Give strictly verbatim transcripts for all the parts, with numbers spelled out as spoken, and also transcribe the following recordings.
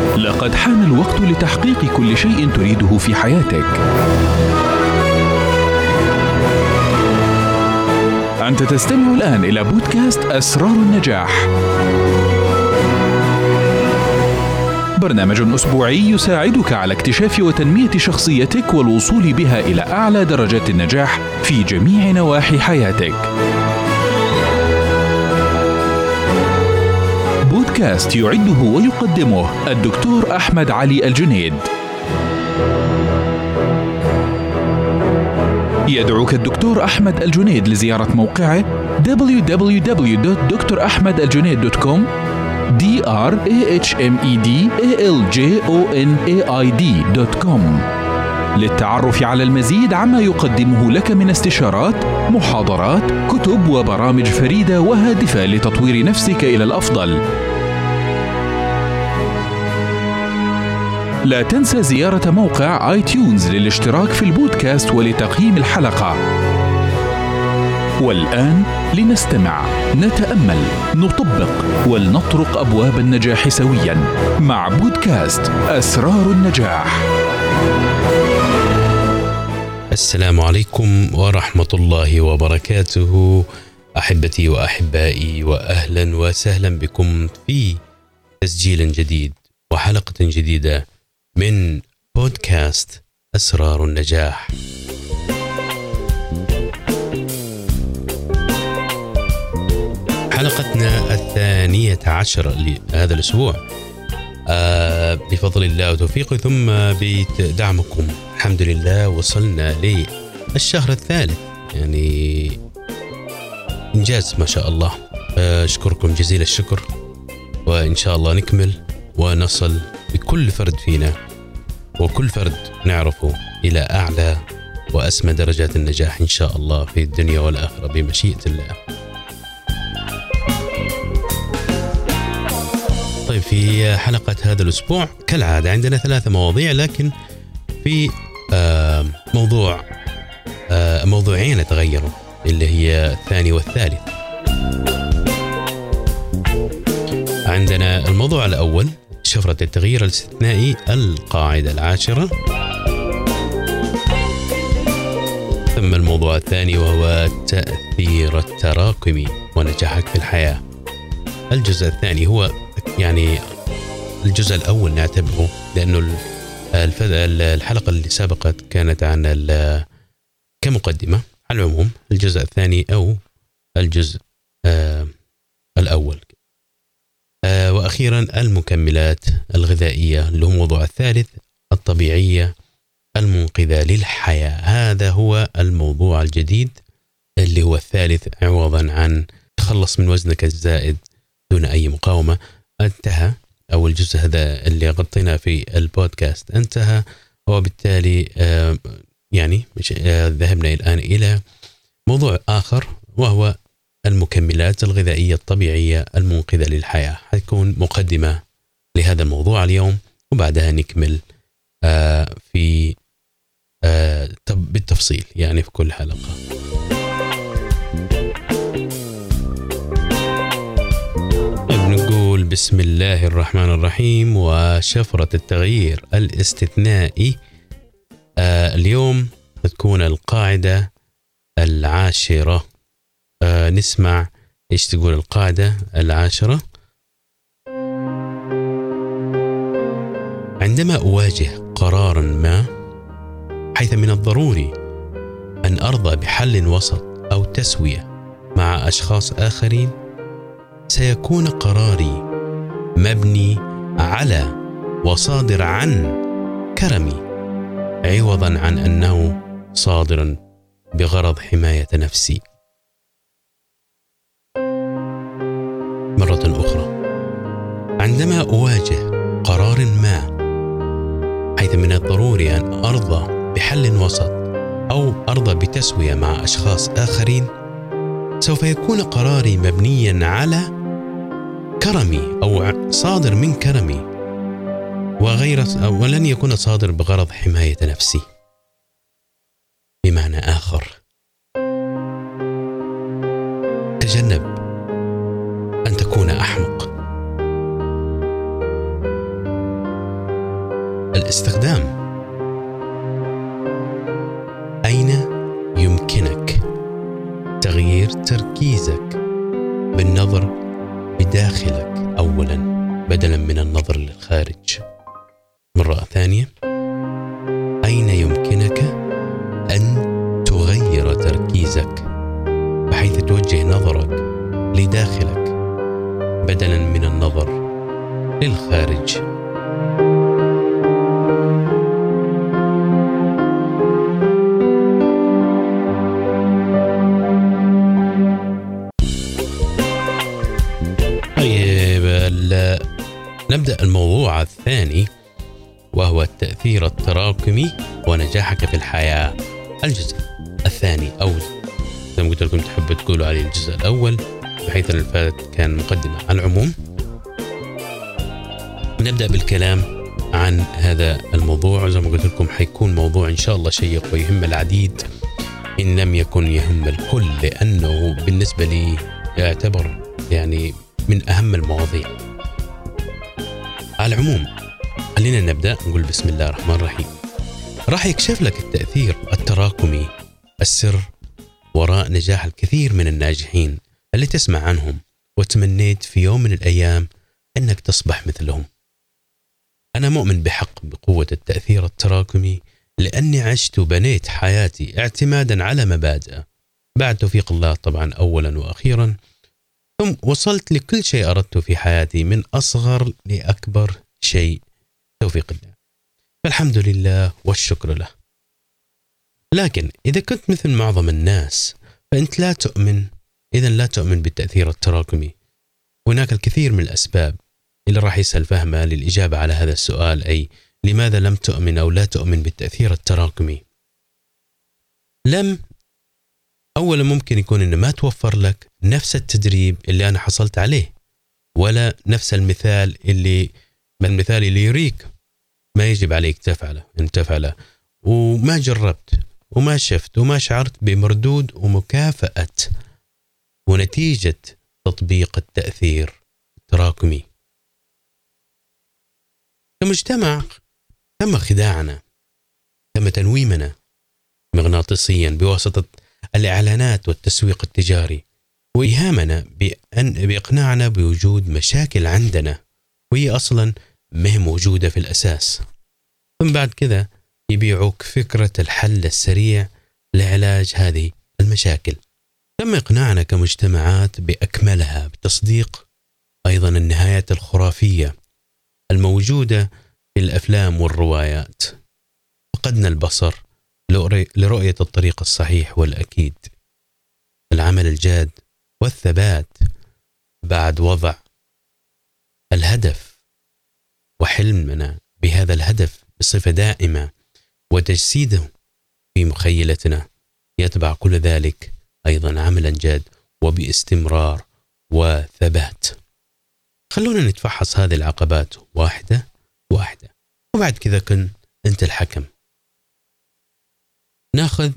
لقد حان الوقت لتحقيق كل شيء تريده في حياتك. أنت تستمع الآن إلى بودكاست أسرار النجاح، برنامج أسبوعي يساعدك على اكتشاف وتنمية شخصيتك والوصول بها إلى أعلى درجات النجاح في جميع نواحي حياتك. بودكاست يعده ويقدمه الدكتور أحمد علي الجنيد. يدعوك الدكتور أحمد الجنيد لزيارة موقعه دبليو دبليو دبليو دوت دكتور أحمد الجنيد دوت كوم دي آر إيه إتش إم إي دي إيه إل جي أو إن إيه آي دي دوت كوم للتعرف على المزيد عما يقدمه لك من استشارات، محاضرات، كتب وبرامج فريدة وهادفة لتطوير نفسك إلى الأفضل. لا تنسى زيارة موقع آي تيونز للاشتراك في البودكاست ولتقييم الحلقة. والآن لنستمع، نتأمل، نطبق ولنطرق أبواب النجاح سوياً مع بودكاست أسرار النجاح. السلام عليكم ورحمة الله وبركاته أحبتي وأحبائي، وأهلا وسهلا بكم في تسجيل جديد وحلقة جديدة من بودكاست أسرار النجاح. حلقتنا الثانية عشر لهذا الأسبوع آه بفضل الله وتوفيقه ثم بدعمكم. الحمد لله وصلنا للشهر الثالث، يعني إنجاز ما شاء الله. أشكركم جزيل الشكر، وإن شاء الله نكمل ونصل بكل فرد فينا وكل فرد نعرفه إلى أعلى وأسمى درجات النجاح إن شاء الله في الدنيا والآخرة بمشيئة الله. طيب، في حلقة هذا الأسبوع كالعادة عندنا ثلاثة مواضيع، لكن في آه موضوع آه موضوعين تغيروا، اللي هي الثاني والثالث. عندنا الموضوع الأول شفرة التغيير الاستثنائي، القاعدة العاشرة. ثم الموضوع الثاني وهو التأثير التراكمي ونجاحك في الحياة. الجزء الثاني هو يعني الجزء الأول نعتبره، لأنه الحلقة اللي سبقت كانت عن كمقدمة. على العموم الجزء الثاني أو الجزء آه الأول. آه وأخيرا المكملات الغذائية، اللي هو الموضوع الثالث، الطبيعية المنقذة للحياة. هذا هو الموضوع الجديد اللي هو الثالث، عوضا عن تخلص من وزنك الزائد دون أي مقاومة. انتهى، أو الجزء هذا اللي غطينا في البودكاست انتهى، وبالتالي آه يعني آه ذهبنا الآن إلى موضوع آخر، وهو المكملات الغذائية الطبيعية المنقذة للحياة. حتكون مقدمة لهذا الموضوع اليوم، وبعدها نكمل آه في آه بالتفصيل يعني في كل حلقة. نقول بسم الله الرحمن الرحيم. وشفرة التغيير الاستثنائي آه اليوم تكون القاعدة العاشرة. آه نسمع إيش تقول القاعدة العاشرة. عندما أواجه قرارا ما، حيث من الضروري أن أرضى بحل وسط أو تسوية مع أشخاص آخرين، سيكون قراري مبني على وصادر عن كرمي، عوضا عن أنه صادر بغرض حماية نفسي. مرة أخرى، عندما أواجه قرار ما، حيث من الضروري أن أرضى بحل وسط أو أرضى بتسوية مع أشخاص آخرين، سوف يكون قراري مبنيا على كرمي أو صادر من كرمي، وغير ولن يكون صادر بغرض حماية نفسي. بمعنى آخر، تجنب أن تكون أحمق. الاستخدام. أين يمكنك تغيير تركيزك بالنظر بداخلك أولا بدلا من النظر للخارج؟ مرة ثانية، أين يمكنك أن تغير تركيزك بحيث توجه نظرك لداخلك بدلا من النظر للخارج؟ طيب، نبدأ الموضوع الثاني وهو التأثير التراكمي ونجاحك في الحياة. الجزء الثاني، أو زي ما قلت لكم تحب تقولوا عليه الجزء الأول، بحيث أن الفات كان مقدمة. على العموم نبدأ بالكلام عن هذا الموضوع. زي ما قلت لكم حيكون موضوع إن شاء الله شيق ويهم العديد إن لم يكن يهم الكل، لأنه بالنسبة لي يعتبر يعني من أهم المواضيع. على العموم خلينا نبدأ نقول بسم الله الرحمن الرحيم. راح يكشف لك التأثير التراكمي السر وراء نجاح الكثير من الناجحين اللي تسمع عنهم وتمنيت في يوم من الأيام أنك تصبح مثلهم. أنا مؤمن بحق بقوة التأثير التراكمي، لأني عشت وبنيت حياتي اعتمادا على مبادئ بعد توفيق الله طبعا أولا وأخيرا، ثم وصلت لكل شيء أردته في حياتي من أصغر لأكبر شيء توفيق الله، فالحمد لله والشكر له. لكن إذا كنت مثل معظم الناس فأنت لا تؤمن، إذا لا تؤمن بالتأثير التراكمي. هناك الكثير من الأسباب اللي راح يسأل فهمها للإجابة على هذا السؤال، أي لماذا لم تؤمن أو لا تؤمن بالتأثير التراكمي؟ لم أولا ممكن يكون إنه ما توفر لك نفس التدريب اللي أنا حصلت عليه، ولا نفس المثال اللي المثال اللي يريك ما يجب عليك تفعله أن تفعله، وما جربت وما شفت وما شعرت بمردود ومكافأة ونتيجة تطبيق التأثير التراكمي. كمجتمع تم خداعنا، تم تنويمنا مغناطيسيا بواسطة الإعلانات والتسويق التجاري، وإيهامنا بأن بإقناعنا بوجود مشاكل عندنا وهي أصلا ما هي موجودة في الأساس، ثم بعد كذا يبيعوك فكرة الحل السريع لعلاج هذه المشاكل. تم إقناعنا كمجتمعات بأكملها بتصديق أيضا النهايات الخرافية الموجودة في الأفلام والروايات. فقدنا البصر لرؤية الطريق الصحيح والأكيد، العمل الجاد والثبات بعد وضع الهدف وحلمنا بهذا الهدف بصفة دائمة وتجسيده في مخيلتنا، يتبع كل ذلك أيضا عملا جاد وباستمرار وثبات. خلونا نتفحص هذه العقبات واحدة واحدة، وبعد كذا كن أنت الحكم. ناخذ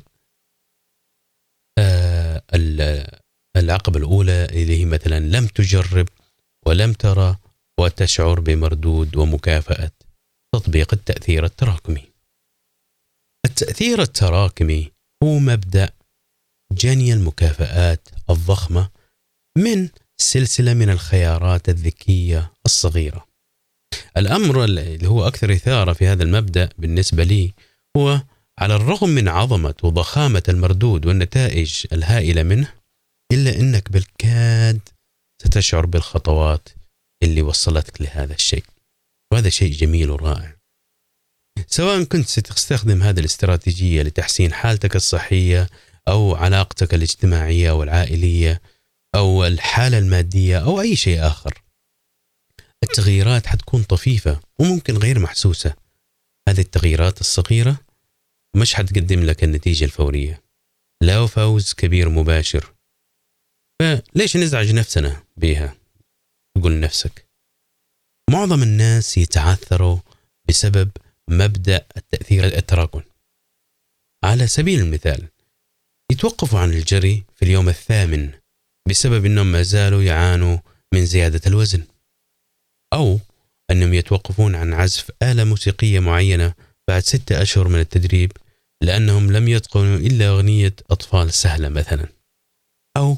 آه العقبة الأولى اللي هي مثلا لم تجرب ولم ترى وتشعر بمردود ومكافأة تطبيق التأثير التراكمي. التأثير التراكمي هو مبدأ جني المكافآت الضخمة من سلسلة من الخيارات الذكية الصغيرة. الأمر اللي هو أكثر إثارة في هذا المبدأ بالنسبة لي هو على الرغم من عظمة وضخامة المردود والنتائج الهائلة منه، إلا أنك بالكاد ستشعر بالخطوات اللي وصلتك لهذا الشيء، وهذا شيء جميل ورائع. سواء كنت ستستخدم هذه الاستراتيجية لتحسين حالتك الصحية أو علاقتك الاجتماعية والعائلية أو الحالة المادية أو أي شيء آخر، التغييرات حتكون طفيفة وممكن غير محسوسة. هذه التغييرات الصغيرة مش حتقدم لك النتيجة الفورية، لا فوز كبير مباشر، فليش نزعج نفسنا بها؟ قل نفسك. معظم الناس يتعثروا بسبب مبدأ التأثير التراكمي. على سبيل المثال يتوقفوا عن الجري في اليوم الثامن بسبب أنهم ما زالوا يعانوا من زيادة الوزن، أو أنهم أنهم يتوقفون عن عزف آلة موسيقية معينة بعد ستة أشهر من التدريب لأنهم لم يتقنوا إلا أغنية أطفال سهلة مثلا، أو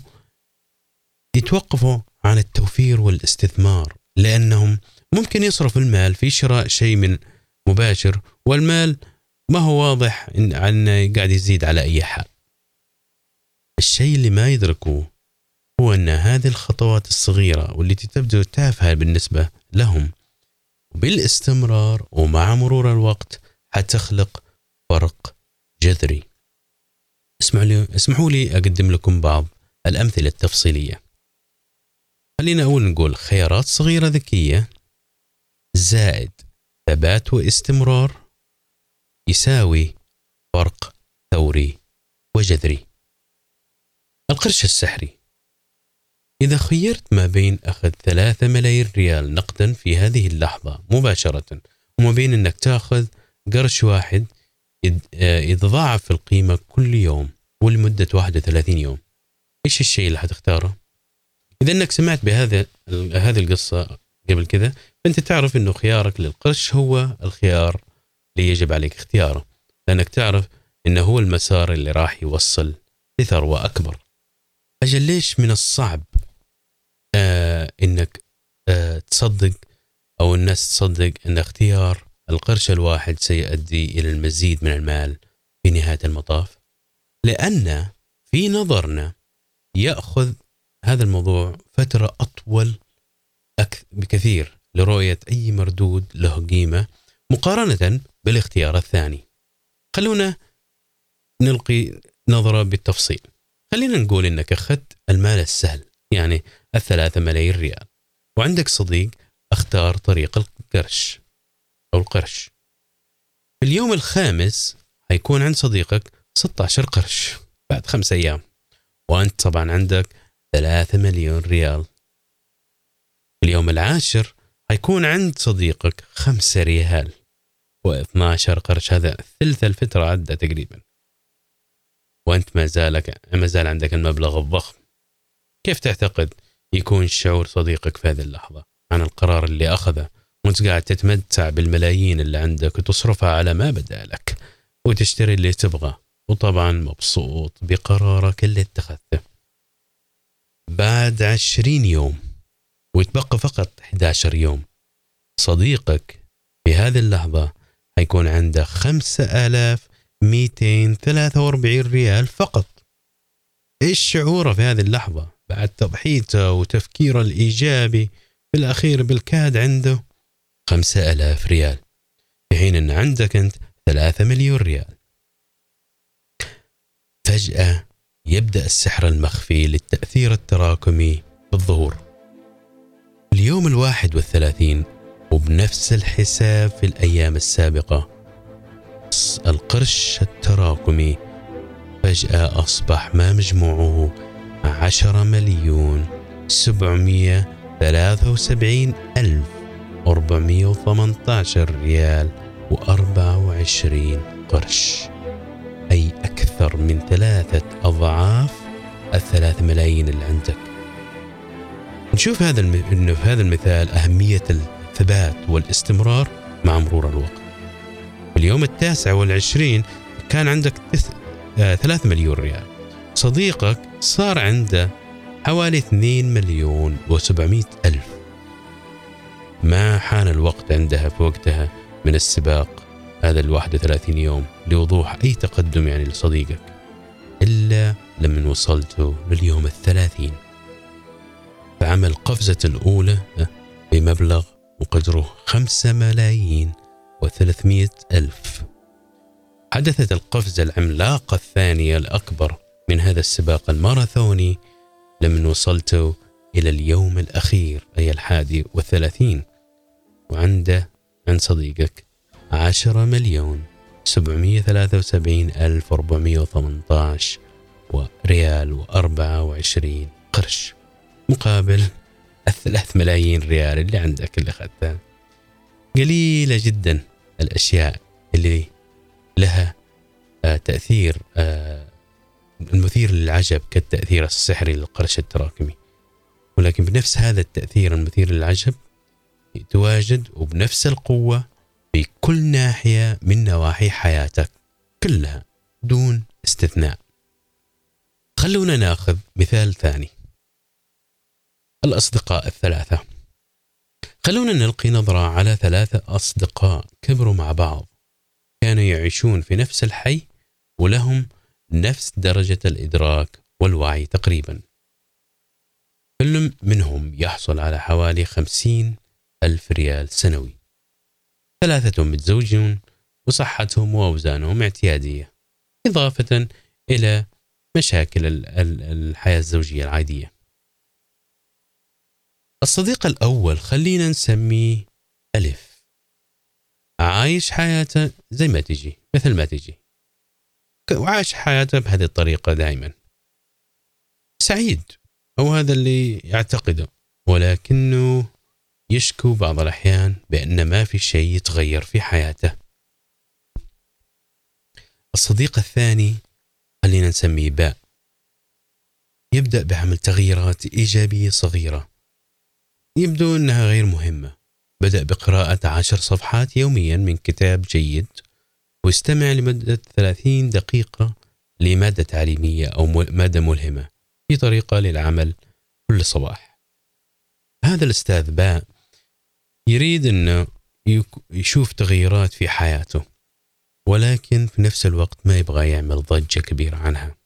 يتوقفوا عن التوفير والاستثمار لأنهم ممكن يصرفوا المال في شراء شيء من مباشر والمال ما هو واضح إن أنه قاعد يزيد على أي حال. الشيء اللي ما يدركوه هو أن هذه الخطوات الصغيرة والتي تبدو تافهة بالنسبة لهم بالاستمرار ومع مرور الوقت حتخلق فرق جذري. اسمحوا لي, اسمحوا لي أقدم لكم بعض الأمثلة التفصيلية. خلينا أول نقول خيارات صغيرة ذكية زائد ثبات واستمرار يساوي فرق ثوري وجذري. القرش السحري، إذا خيرت ما بين أخذ ثلاثة ملايين ريال نقدا في هذه اللحظة مباشرة وما بين أنك تأخذ قرش واحد يتضاعف في القيمة كل يوم ولمدة واحد وثلاثين يوم، إيش الشيء اللي حتختاره؟ إذا أنك سمعت بهذا هذه القصة قبل كذا فأنت تعرف أنه خيارك للقرش هو الخيار اللي يجب عليك اختياره، لأنك تعرف أنه هو المسار اللي راح يوصل لثروة أكبر. أجل ليش من الصعب آه إنك آه تصدق أو الناس تصدق أن اختيار القرش الواحد سيؤدي إلى المزيد من المال في نهاية المطاف؟ لأن في نظرنا يأخذ هذا الموضوع فترة أطول بكثير لرؤية أي مردود له قيمة مقارنة بالاختيار الثاني. خلونا نلقي نظرة بالتفصيل. خلينا نقول إنك أخذت المال السهل يعني الثلاثة ملايين ريال وعندك صديق اختار طريق القرش أو القرش. في اليوم الخامس هيكون عند صديقك ستة عشر قرش بعد خمس أيام، وأنت طبعا عندك ثلاثة مليون ريال. في اليوم العاشر هيكون عند صديقك خمسة ريال واثنى عشر قرش، هذا ثلث الفترة عدى تقريبا، وأنت ما زالك ما زال عندك المبلغ الضخم. كيف تعتقد يكون شعور صديقك في هذه اللحظة عن القرار اللي أخذه وأنت قاعد تتمتع بالملايين اللي عندك وتصرفها على ما بدا لك وتشتري اللي تبغى، وطبعا مبسوط بقرارك اللي اتخذته؟ بعد عشرين يوم ويتبقى فقط أحد عشر يوم صديقك في هذه اللحظة هيكون عنده خمسة آلاف مئتين وثلاثة وأربعين ريال فقط. إيش شعوره في هذه اللحظة بعد تضحيته وتفكيره الإيجابي؟ في الأخير بالكاد عنده خمسة آلاف ريال في حين أن عندك أنت ثلاثة مليون ريال. فجأة يبدأ السحر المخفي للتأثير التراكمي بالظهور. اليوم الواحد والثلاثين وبنفس الحساب في الأيام السابقة القرش التراكمي فجأة أصبح ما مجموعه عشرة مليون سبعمية ثلاثة وسبعين ألف أربعمية وثمانية عشر ريال وأربعة وعشرين قرش، أي أكثر من ثلاثة أضعاف الثلاث ملايين اللي عندك. نشوف هذا الم... إنه في هذا المثال أهمية الثبات والاستمرار مع مرور الوقت. في اليوم التاسع والعشرين كان عندك تث... آه... ثلاث مليون ريال، صديقك صار عنده حوالي اثنين مليون وسبعمائة ألف. ما حان الوقت عندها في وقتها من السباق هذا الواحد وثلاثين يوم لوضوح أي تقدم يعني لصديقك إلا لما وصلته لليوم الثلاثين، فعمل قفزة الأولى بمبلغ وقدره خمسة ملايين وثلاثمائة ألف. حدثت القفزة العملاقة الثانية الأكبر من هذا السباق الماراثوني لما وصلته إلى اليوم الأخير أي الحادي والثلاثين، وعنده عند صديقك عشرة مليون سبعمائة وثلاثة وسبعين ألف أربعمائة وثمانية عشر وريال وأربعة وعشرين قرش مقابل الثلاث ملايين ريال اللي عندك اللي أخذتها. قليلة جدا الأشياء اللي لها آه تأثير آه المثير للعجب كالتأثير السحري للقرش التراكمي، ولكن بنفس هذا التأثير المثير للعجب يتواجد وبنفس القوة في كل ناحية من نواحي حياتك كلها دون استثناء. خلونا ناخذ مثال ثاني، الأصدقاء الثلاثة. خلونا نلقي نظرة على ثلاثة أصدقاء كبروا مع بعض، كانوا يعيشون في نفس الحي ولهم نفس درجة الإدراك والوعي تقريبا. كل منهم يحصل على حوالي خمسين ألف ريال سنوي. ثلاثة متزوجون وصحتهم وأوزانهم اعتيادية، إضافة إلى مشاكل الحياة الزوجية العادية. الصديق الأول خلينا نسميه ألف، عايش حياته زي ما تجي مثل ما تجي، وعاش حياته بهذه الطريقة دائما، سعيد أو هذا اللي يعتقده، ولكنه يشكو بعض الأحيان بأن ما في شيء يتغير في حياته. الصديق الثاني خلينا نسميه باء، يبدأ بعمل تغييرات إيجابية صغيرة يبدو أنها غير مهمة. بدأ بقراءة عشر صفحات يوميا من كتاب جيد، واستمع لمدة ثلاثين دقيقة لمادة تعليمية أو مادة ملهمة في طريقة للعمل كل صباح. هذا الأستاذ باء يريد أنه يشوف تغييرات في حياته، ولكن في نفس الوقت ما يبغى يعمل ضجة كبيرة عنها.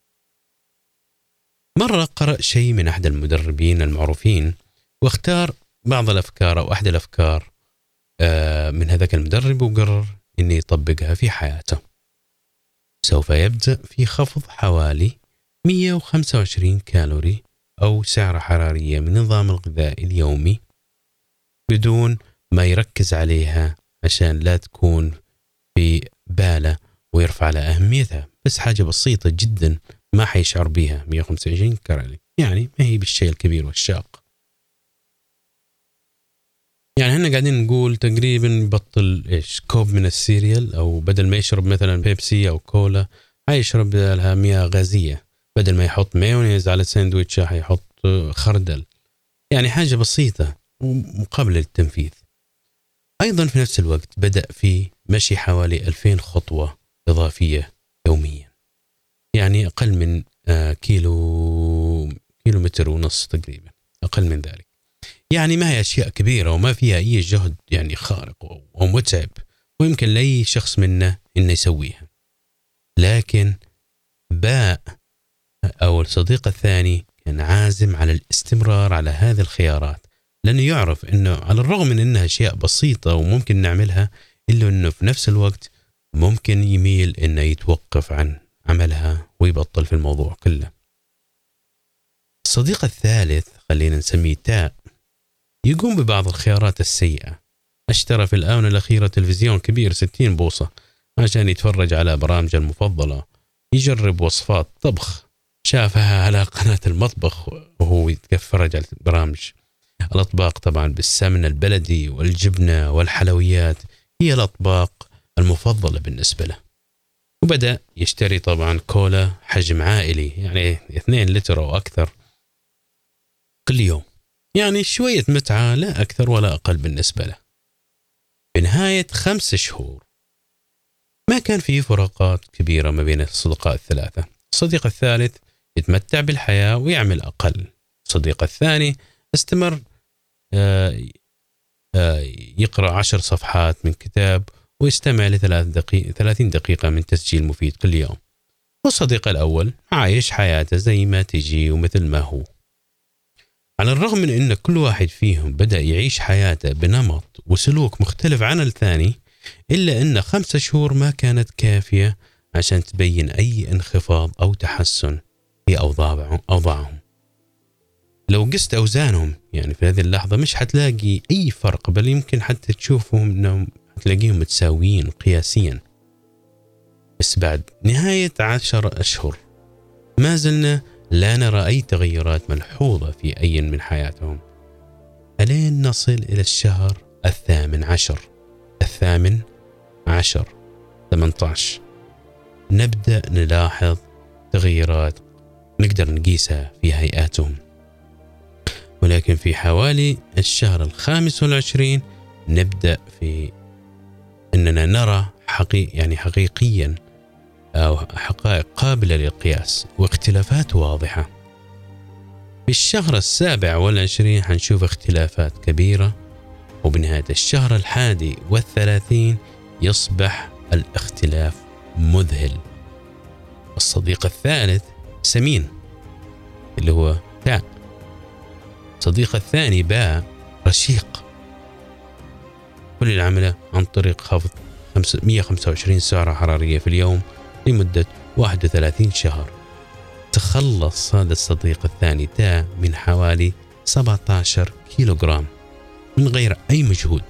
مرة قرأ شيء من أحد المدربين المعروفين، واختار بعض الأفكار أو أحد الأفكار من هذاك المدرب، وقرر أن يطبقها في حياته. سوف يبدأ في خفض حوالي مئة وخمسة وعشرين كالوري أو سعرة حرارية من النظام الغذائي اليومي بدون ما يركز عليها عشان لا تكون في باله ويرفع على أهميتها، بس حاجة بسيطة جدا ما حيشعر بها. مئة وخمسة وعشرين كالوري يعني ما هي بالشيء الكبير والشاق. يعني احنا قاعدين نقول تقريبا يبطل ايش كوب من السيريال، او بدل ما يشرب مثلا بيبسي او كولا حيشرب لها مياه غازية، بدل ما يحط مايونيز على ساندويتش حيحط خردل. يعني حاجة بسيطة وقابلة للتنفيذ. ايضا في نفس الوقت بدأ في مشي حوالي ألفين خطوة إضافية يوميا، يعني أقل من كيلو كيلومتر ونص تقريبا، أقل من ذلك. يعني ما هي أشياء كبيرة وما فيها أي جهد يعني خارق أو متعب، ويمكن لأي شخص منا إنه يسويها. لكن باء أو الصديق الثاني كان عازم على الاستمرار على هذه الخيارات، لأنه يعرف إنه على الرغم من إنها أشياء بسيطة وممكن نعملها، إلا إنه في نفس الوقت ممكن يميل إنه يتوقف عن عملها ويبطل في الموضوع كله. الصديق الثالث خلينا نسميه تاء، يقوم ببعض الخيارات السيئة. اشترى في الآونة الأخيرة تلفزيون كبير ستين بوصة عشان يتفرج على برامج المفضلة، يجرب وصفات طبخ شافها على قناة المطبخ وهو يتفرج على برامج الأطباق، طبعا بالسمن البلدي والجبنة والحلويات هي الأطباق المفضلة بالنسبة له. وبدأ يشتري طبعا كولا حجم عائلي، يعني اثنين لتر أو أكثر كل يوم، يعني شوية متعة لا أكثر ولا أقل بالنسبة له. في نهاية خمس شهور ما كان فيه فروقات كبيرة ما بين الصديقاء الثلاثة. الصديق الثالث يتمتع بالحياة ويعمل أقل. الصديق الثاني استمر يقرأ عشر صفحات من كتاب ويستمع لثلاث دقيقة ثلاثين دقيقة من تسجيل مفيد كل يوم. والصديق الأول عايش حياته زي ما تجي ومثل ما هو. على الرغم من أن كل واحد فيهم بدأ يعيش حياته بنمط وسلوك مختلف عن الثاني، إلا أن خمسة شهور ما كانت كافية عشان تبين أي انخفاض أو تحسن في أوضاعهم. لو قست أوزانهم يعني في هذه اللحظة مش حتلاقي أي فرق، بل يمكن حتى تشوفهم أنهم حتلاقيهم متساويين قياسيا. بس بعد نهاية عشر أشهر ما زلنا لا نرى أي تغيرات ملحوظة في أي من حياتهم، ألين نصل إلى الشهر الثامن عشر الثامن عشر ثمانية عشر نبدأ نلاحظ تغييرات نقدر نقيسها في هيئاتهم. ولكن في حوالي الشهر الخامس والعشرين نبدأ في أننا نرى حقيقي يعني حقيقيا أو حقائق قابلة للقياس واختلافات واضحة. في الشهر السابع والعشرين حنشوف اختلافات كبيرة، وبنهاية الشهر الحادي والثلاثين يصبح الاختلاف مذهل. الصديق الثالث سمين اللي هو تاء، الصديق الثاني باء رشيق. كل العملة عن طريق خفض مئة وخمسة وعشرين سعرة حرارية في اليوم لمدة واحد وثلاثين شهر. تخلص هذا الصديق الثاني تاء من حوالي سبعة عشر كيلوغرام من غير أي مجهود.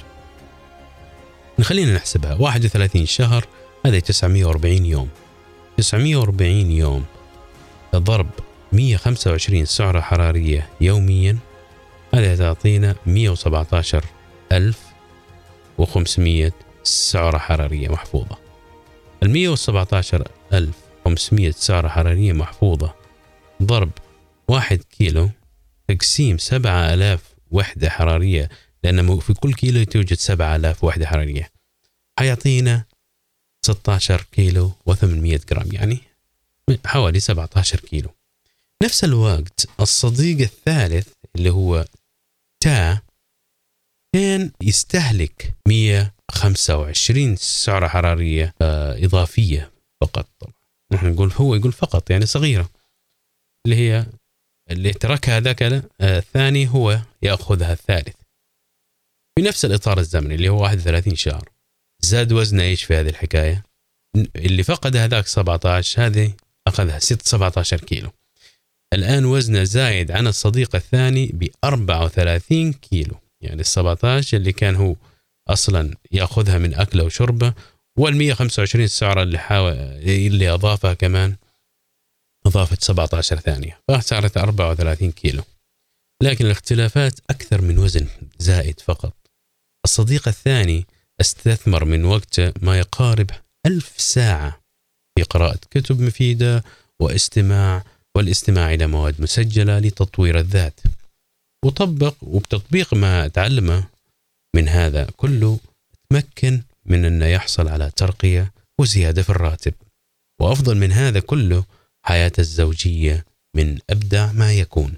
نخلينا نحسبها، واحد وثلاثين شهر هذا تسعمئة وأربعين يوم، تسعمئة وأربعين يوم ضرب مئة وخمسة وعشرين سعرة حرارية يوميا، هذا تعطينا مئة وسبعة عشر ألف وخمسمئة سعرة حرارية محفوظة. ال مئة وسبعة عشر ألف وخمسمئة سعرة حرارية محفوظة ضرب واحد كيلو تقسيم سبعة آلاف وحدة حرارية، لأن في كل كيلو توجد سبعة آلاف وحدة حرارية، حيعطينا ستة عشر كيلو وثمانمئة جرام، يعني حوالي سبعة عشر كيلو. نفس الوقت الصديق الثالث اللي هو تاء كان يستهلك مئة وخمسة وعشرين سعرة حرارية إضافية فقط. طبعا نحن نقول هو يقول فقط يعني صغيرة، اللي هي اللي تركها هذاك الثاني هو يأخذها الثالث في نفس الإطار الزمني اللي هو واحد وثلاثين شهر. زاد وزنه إيش في هذه الحكاية؟ اللي فقد هذاك سبعة عشر، هذه أخذها ست سبعة عشر كيلو. الآن وزنه زايد عن الصديق الثاني ب أربعة وثلاثين كيلو، يعني السبعة عشر اللي كان هو أصلا يأخذها من أكله وشربه، والمئة وخمسة وعشرين سعرة اللي حاول اللي أضافها كمان أضافت سبعة عشر ثانية، فصارت أربعة وثلاثين كيلو. لكن الاختلافات أكثر من وزن زائد فقط. الصديق الثاني استثمر من وقته ما يقارب ألف ساعة في قراءة كتب مفيدة واستماع والاستماع إلى مواد مسجلة لتطوير الذات، وطبق وبتطبيق ما تعلمه من هذا كله تمكن من أنه يحصل على ترقية وزيادة في الراتب. وأفضل من هذا كله حياة الزوجية من أبدع ما يكون.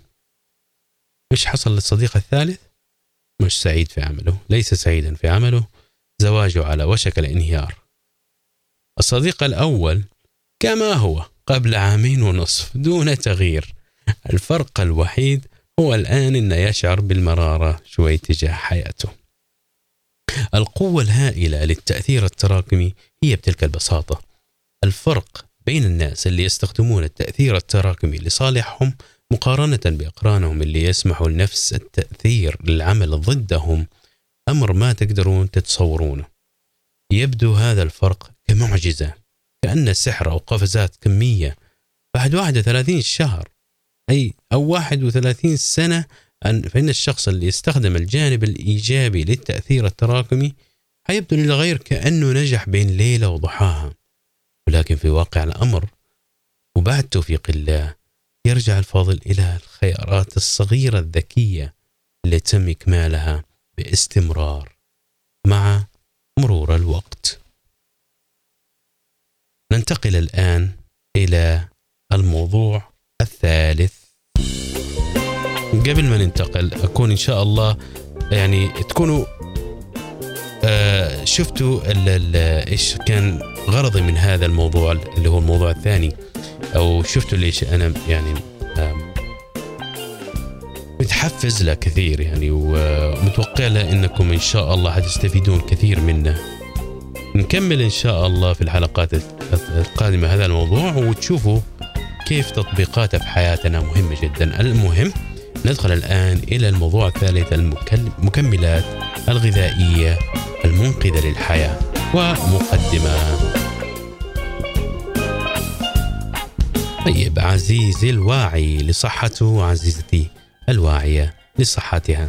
مش حصل للصديق الثالث؟ مش سعيد في عمله، ليس سعيدا في عمله، زواجه على وشك الانهيار. الصديق الأول كما هو قبل عامين ونصف دون تغيير، الفرق الوحيد هو الآن أنه يشعر بالمرارة شوي تجاه حياته. القوة الهائلة للتأثير التراكمي هي بتلك البساطة. الفرق بين الناس اللي يستخدمون التأثير التراكمي لصالحهم مقارنة بأقرانهم اللي يسمحوا لنفس التأثير للعمل ضدهم أمر ما تقدرون تتصورونه. يبدو هذا الفرق كمعجزة، كأن سحر أو قفزات كمية. بعد واحد وثلاثين شهر أي أو واحد وثلاثين سنة فإن الشخص اللي يستخدم الجانب الإيجابي للتأثير التراكمي حيبدو للغير كأنه نجح بين ليلة وضحاها. ولكن في واقع الأمر وبعد توفيق الله يرجع الفاضل إلى الخيارات الصغيرة الذكية اللي تم إكمالها باستمرار مع مرور الوقت. ننتقل الآن إلى الموضوع الثالث. قبل ما ننتقل أكون إن شاء الله يعني تكونوا آه شفتوا إيش كان غرضي من هذا الموضوع اللي هو الموضوع الثاني، أو شفتوا ليش أنا يعني آه متحفز له كثير يعني، ومتوقع له إنكم إن شاء الله حتستفيدون كثير منه. نكمل إن شاء الله في الحلقات القادمة هذا الموضوع وتشوفوا كيف تطبيقاته في حياتنا مهمة جدا. المهم ندخل الآن إلى الموضوع الثالث، المكملات الغذائية المنقذة للحياة ومقدمة. طيب عزيزي الواعي لصحته وعزيزتي الواعية لصحتها،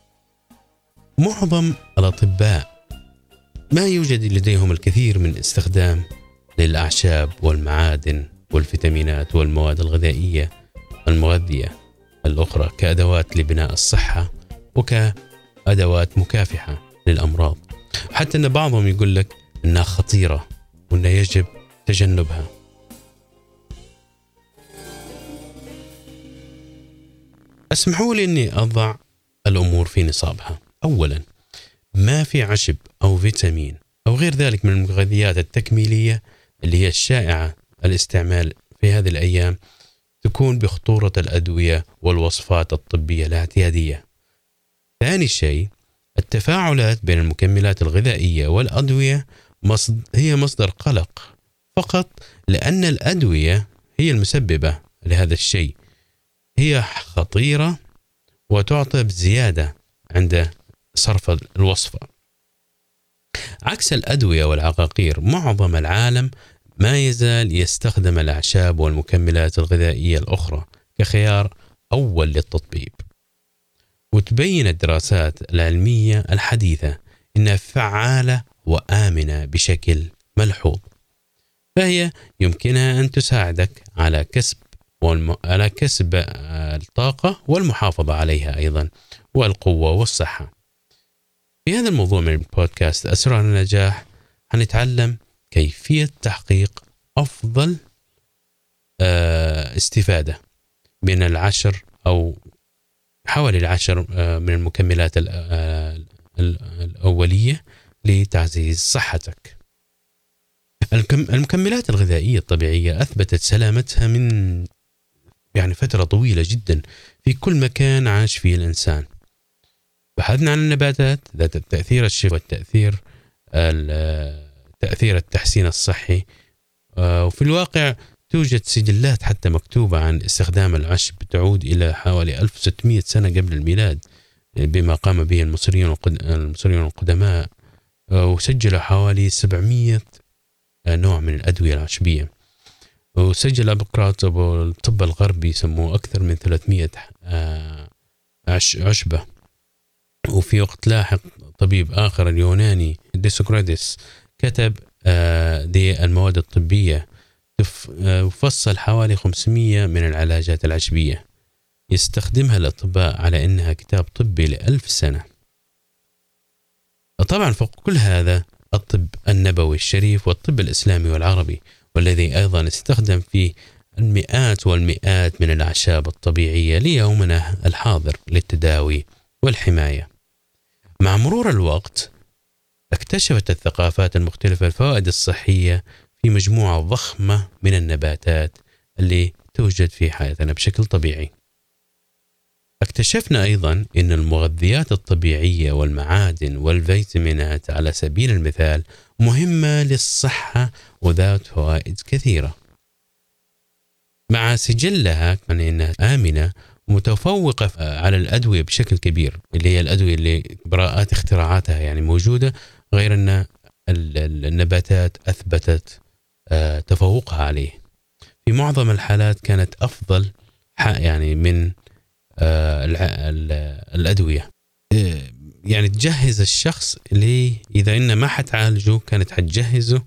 معظم الأطباء ما يوجد لديهم الكثير من استخدام للأعشاب والمعادن والفيتامينات والمواد الغذائية المغذية الأخرى كأدوات لبناء الصحة وكأدوات مكافحة للأمراض، حتى أن بعضهم يقول لك أنها خطيرة وأنه يجب تجنبها. اسمحوا لي أني أضع الأمور في نصابها. أولا، ما في عشب أو فيتامين أو غير ذلك من المغذيات التكميلية اللي هي الشائعة الاستعمال في هذه الأيام تكون بخطورة الأدوية والوصفات الطبية الاعتيادية. ثاني شيء، التفاعلات بين المكملات الغذائية والأدوية مصد هي مصدر قلق فقط لأن الأدوية هي المسببة لهذا الشيء، هي خطيرة وتعطى بزيادة عند صرف الوصفة. عكس الأدوية والعقاقير، معظم العالم ما يزال يستخدم الأعشاب والمكملات الغذائية الأخرى كخيار أول للتطبيب. وتبين الدراسات العلمية الحديثة إنها فعالة وآمنة بشكل ملحوظ، فهي يمكنها أن تساعدك على كسب والم... على كسب الطاقة والمحافظة عليها أيضا والقوة والصحة. في هذا الموضوع من البودكاست أسرار النجاح هنتعلم كيفية تحقيق أفضل استفادة من العشر أو حوالي العشر من المكملات الأولية لتعزيز صحتك. المكملات الغذائية الطبيعية أثبتت سلامتها من يعني فترة طويلة جدا في كل مكان عاش فيه الإنسان. بحثنا عن النباتات ذات التأثير الشفائي والتأثير تأثير التحسين الصحي، وفي الواقع توجد سجلات حتى مكتوبة عن استخدام العشب تعود إلى حوالي ألف وستمئة سنة قبل الميلاد بما قام به المصريون المصريون القدماء، وسجلوا حوالي سبعمئة نوع من الأدوية العشبية. وسجل أبوقراطس الطب الغربي يسموه أكثر من ثلاثمئة عشبة. وفي وقت لاحق طبيب آخر اليوناني ديسوكراتيس كتب دي المواد الطبية تفصل حوالي خمسمئة من العلاجات العشبية يستخدمها الأطباء على أنها كتاب طبي لألف سنة. طبعا فوق كل هذا الطب النبوي الشريف والطب الإسلامي والعربي، والذي أيضا استخدم فيه المئات والمئات من الأعشاب الطبيعية ليومنا الحاضر للتداوي والحماية. مع مرور الوقت اكتشفت الثقافات المختلفة الفوائد الصحية في مجموعة ضخمة من النباتات اللي توجد في حياتنا بشكل طبيعي. اكتشفنا أيضا أن المغذيات الطبيعية والمعادن والفيتامينات على سبيل المثال مهمة للصحة وذات فوائد كثيرة، مع سجلها يعني أنها آمنة ومتفوقة على الأدوية بشكل كبير، اللي هي الأدوية اللي براءات اختراعاتها يعني موجودة، غير أن النباتات أثبتت تفوقها عليه. في معظم الحالات كانت أفضل يعني من الأدوية، يعني تجهز الشخص اللي إذا إنه ما حتعالجه كانت حتجهزه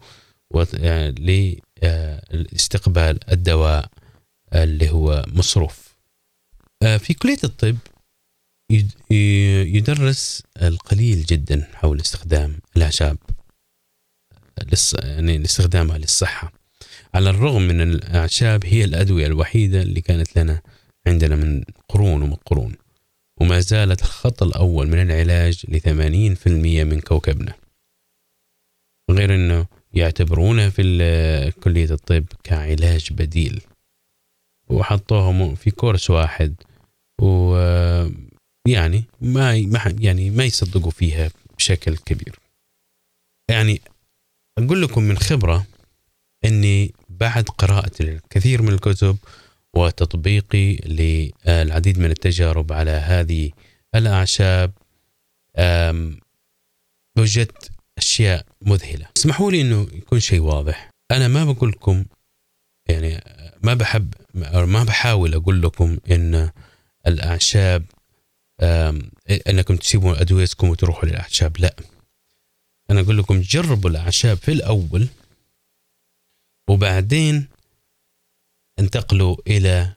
لاستقبال الدواء اللي هو مصروف. في كلية الطب يدرس القليل جدا حول استخدام الأعشاب يعني لاستخدامها للصحة، على الرغم من أن الأعشاب هي الأدوية الوحيدة اللي كانت لنا عندنا من قرون ومقرون، وما زالت الخط الأول من العلاج لثمانين بالمئة من كوكبنا، غير أنه يعتبرونها في كلية الطب كعلاج بديل، وحطوهم في كورس واحد، ويعني ما يعني ما يصدقوا فيها بشكل كبير. يعني أقول لكم من خبرة أني بعد قراءة الكثير من الكتب وتطبيقي للعديد من التجارب على هذه الأعشاب وجدت أشياء مذهلة. اسمحوا لي أنه يكون شيء واضح، أنا ما بقول لكم يعني ما بحب أو ما بحاول أقول لكم إن الأعشاب أنكم تسيبوا أدويتكم وتروحوا للأعشاب، لا، أنا أقول لكم جربوا الأعشاب في الأول وبعدين انتقلوا إلى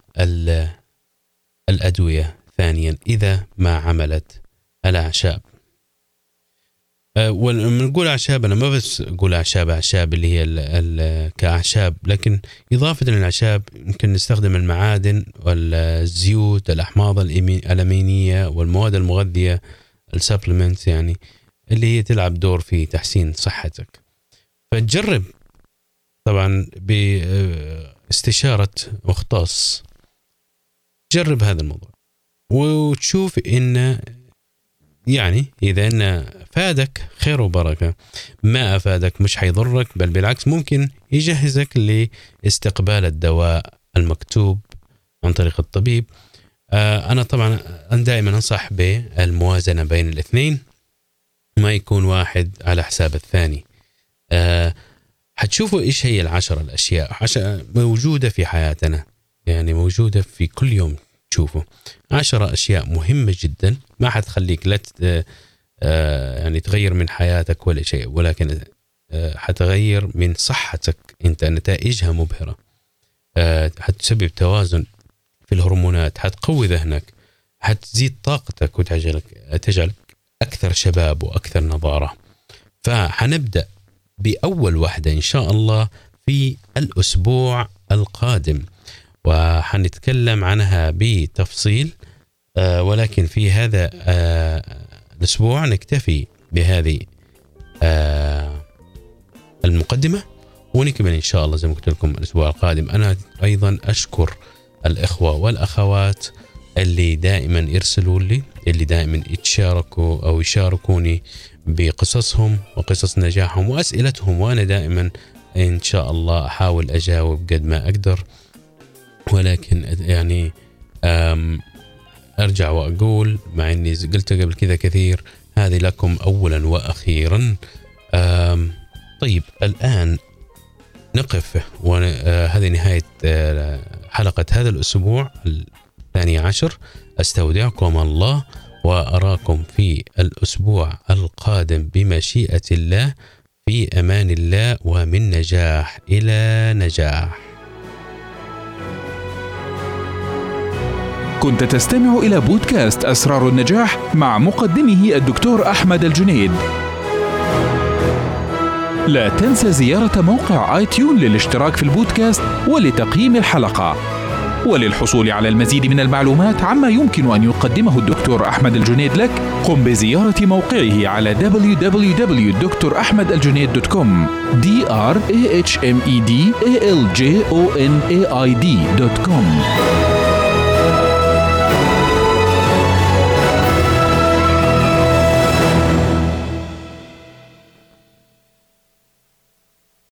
الأدوية ثانيا إذا ما عملت الأعشاب. ونقول أعشاب، أنا ما بس أقول أعشاب أعشاب اللي هي ال ال كأعشاب، لكن إضافة للأعشاب يمكن نستخدم المعادن والزيوت، الأحماض الأمينية والمواد المغذية، السبلمنت يعني، اللي هي تلعب دور في تحسين صحتك. فتجرب طبعا باستشارة مختص، جرب هذا الموضوع وتشوف إن يعني إذا إن فادك خير وبركة، ما أفادك مش حيضرك، بل بالعكس ممكن يجهزك لاستقبال الدواء المكتوب عن طريق الطبيب. آه أنا طبعا أنا دائما أنصح بالموازنة بين الاثنين، ما يكون واحد على حساب الثاني. آه حتشوفوا إيش هي العشرة الأشياء موجودة في حياتنا، يعني موجودة في كل يوم. تشوفوا عشرة أشياء مهمة جدا، ما حتخليك لا يعني تغير من حياتك ولا شيء، ولكن حتغير من صحتك أنت، نتائجها مبهرة. حتسبب توازن في الهرمونات، حتقوي ذهنك، حتزيد طاقتك وتجعلك تجعلك أكثر شباب وأكثر نضارة. فحنبدأ بأول واحدة إن شاء الله في الأسبوع القادم، وحنتكلم عنها بتفصيل، آه ولكن في هذا آه الأسبوع نكتفي بهذه آه المقدمة، ونكمل إن شاء الله زي ما قلت لكم الأسبوع القادم. أنا أيضا أشكر الإخوة والأخوات اللي دائما يرسلوا لي، اللي دائما يتشاركوا أو يشاركوني بقصصهم وقصص نجاحهم وأسئلتهم، وأنا دائما إن شاء الله أحاول أجاوب قد ما أقدر. ولكن يعني أرجع وأقول، مع أني قلت قبل كذا كثير، هذه لكم أولا وأخيرا. طيب الآن نقف، وهذه نهاية حلقة هذا الأسبوع الثاني عشر. أستودعكم الله وأراكم في الأسبوع القادم بمشيئة الله، في أمان الله، ومن نجاح إلى نجاح. كنت تستمع إلى بودكاست أسرار النجاح مع مقدمه الدكتور أحمد الجنيد. لا تنسى زيارة موقع آي تيون للاشتراك في البودكاست ولتقييم الحلقة. وللحصول على المزيد من المعلومات عما يمكن أن يقدمه الدكتور أحمد الجنيد لك، قم بزيارة موقعه على دبليو دبليو دبليو دوت دكتور أحمد الجنيد دوت كوم دي آر إيه إتش إم إي دي إيه إل جي أو إن إيه آي دي دوت كوم.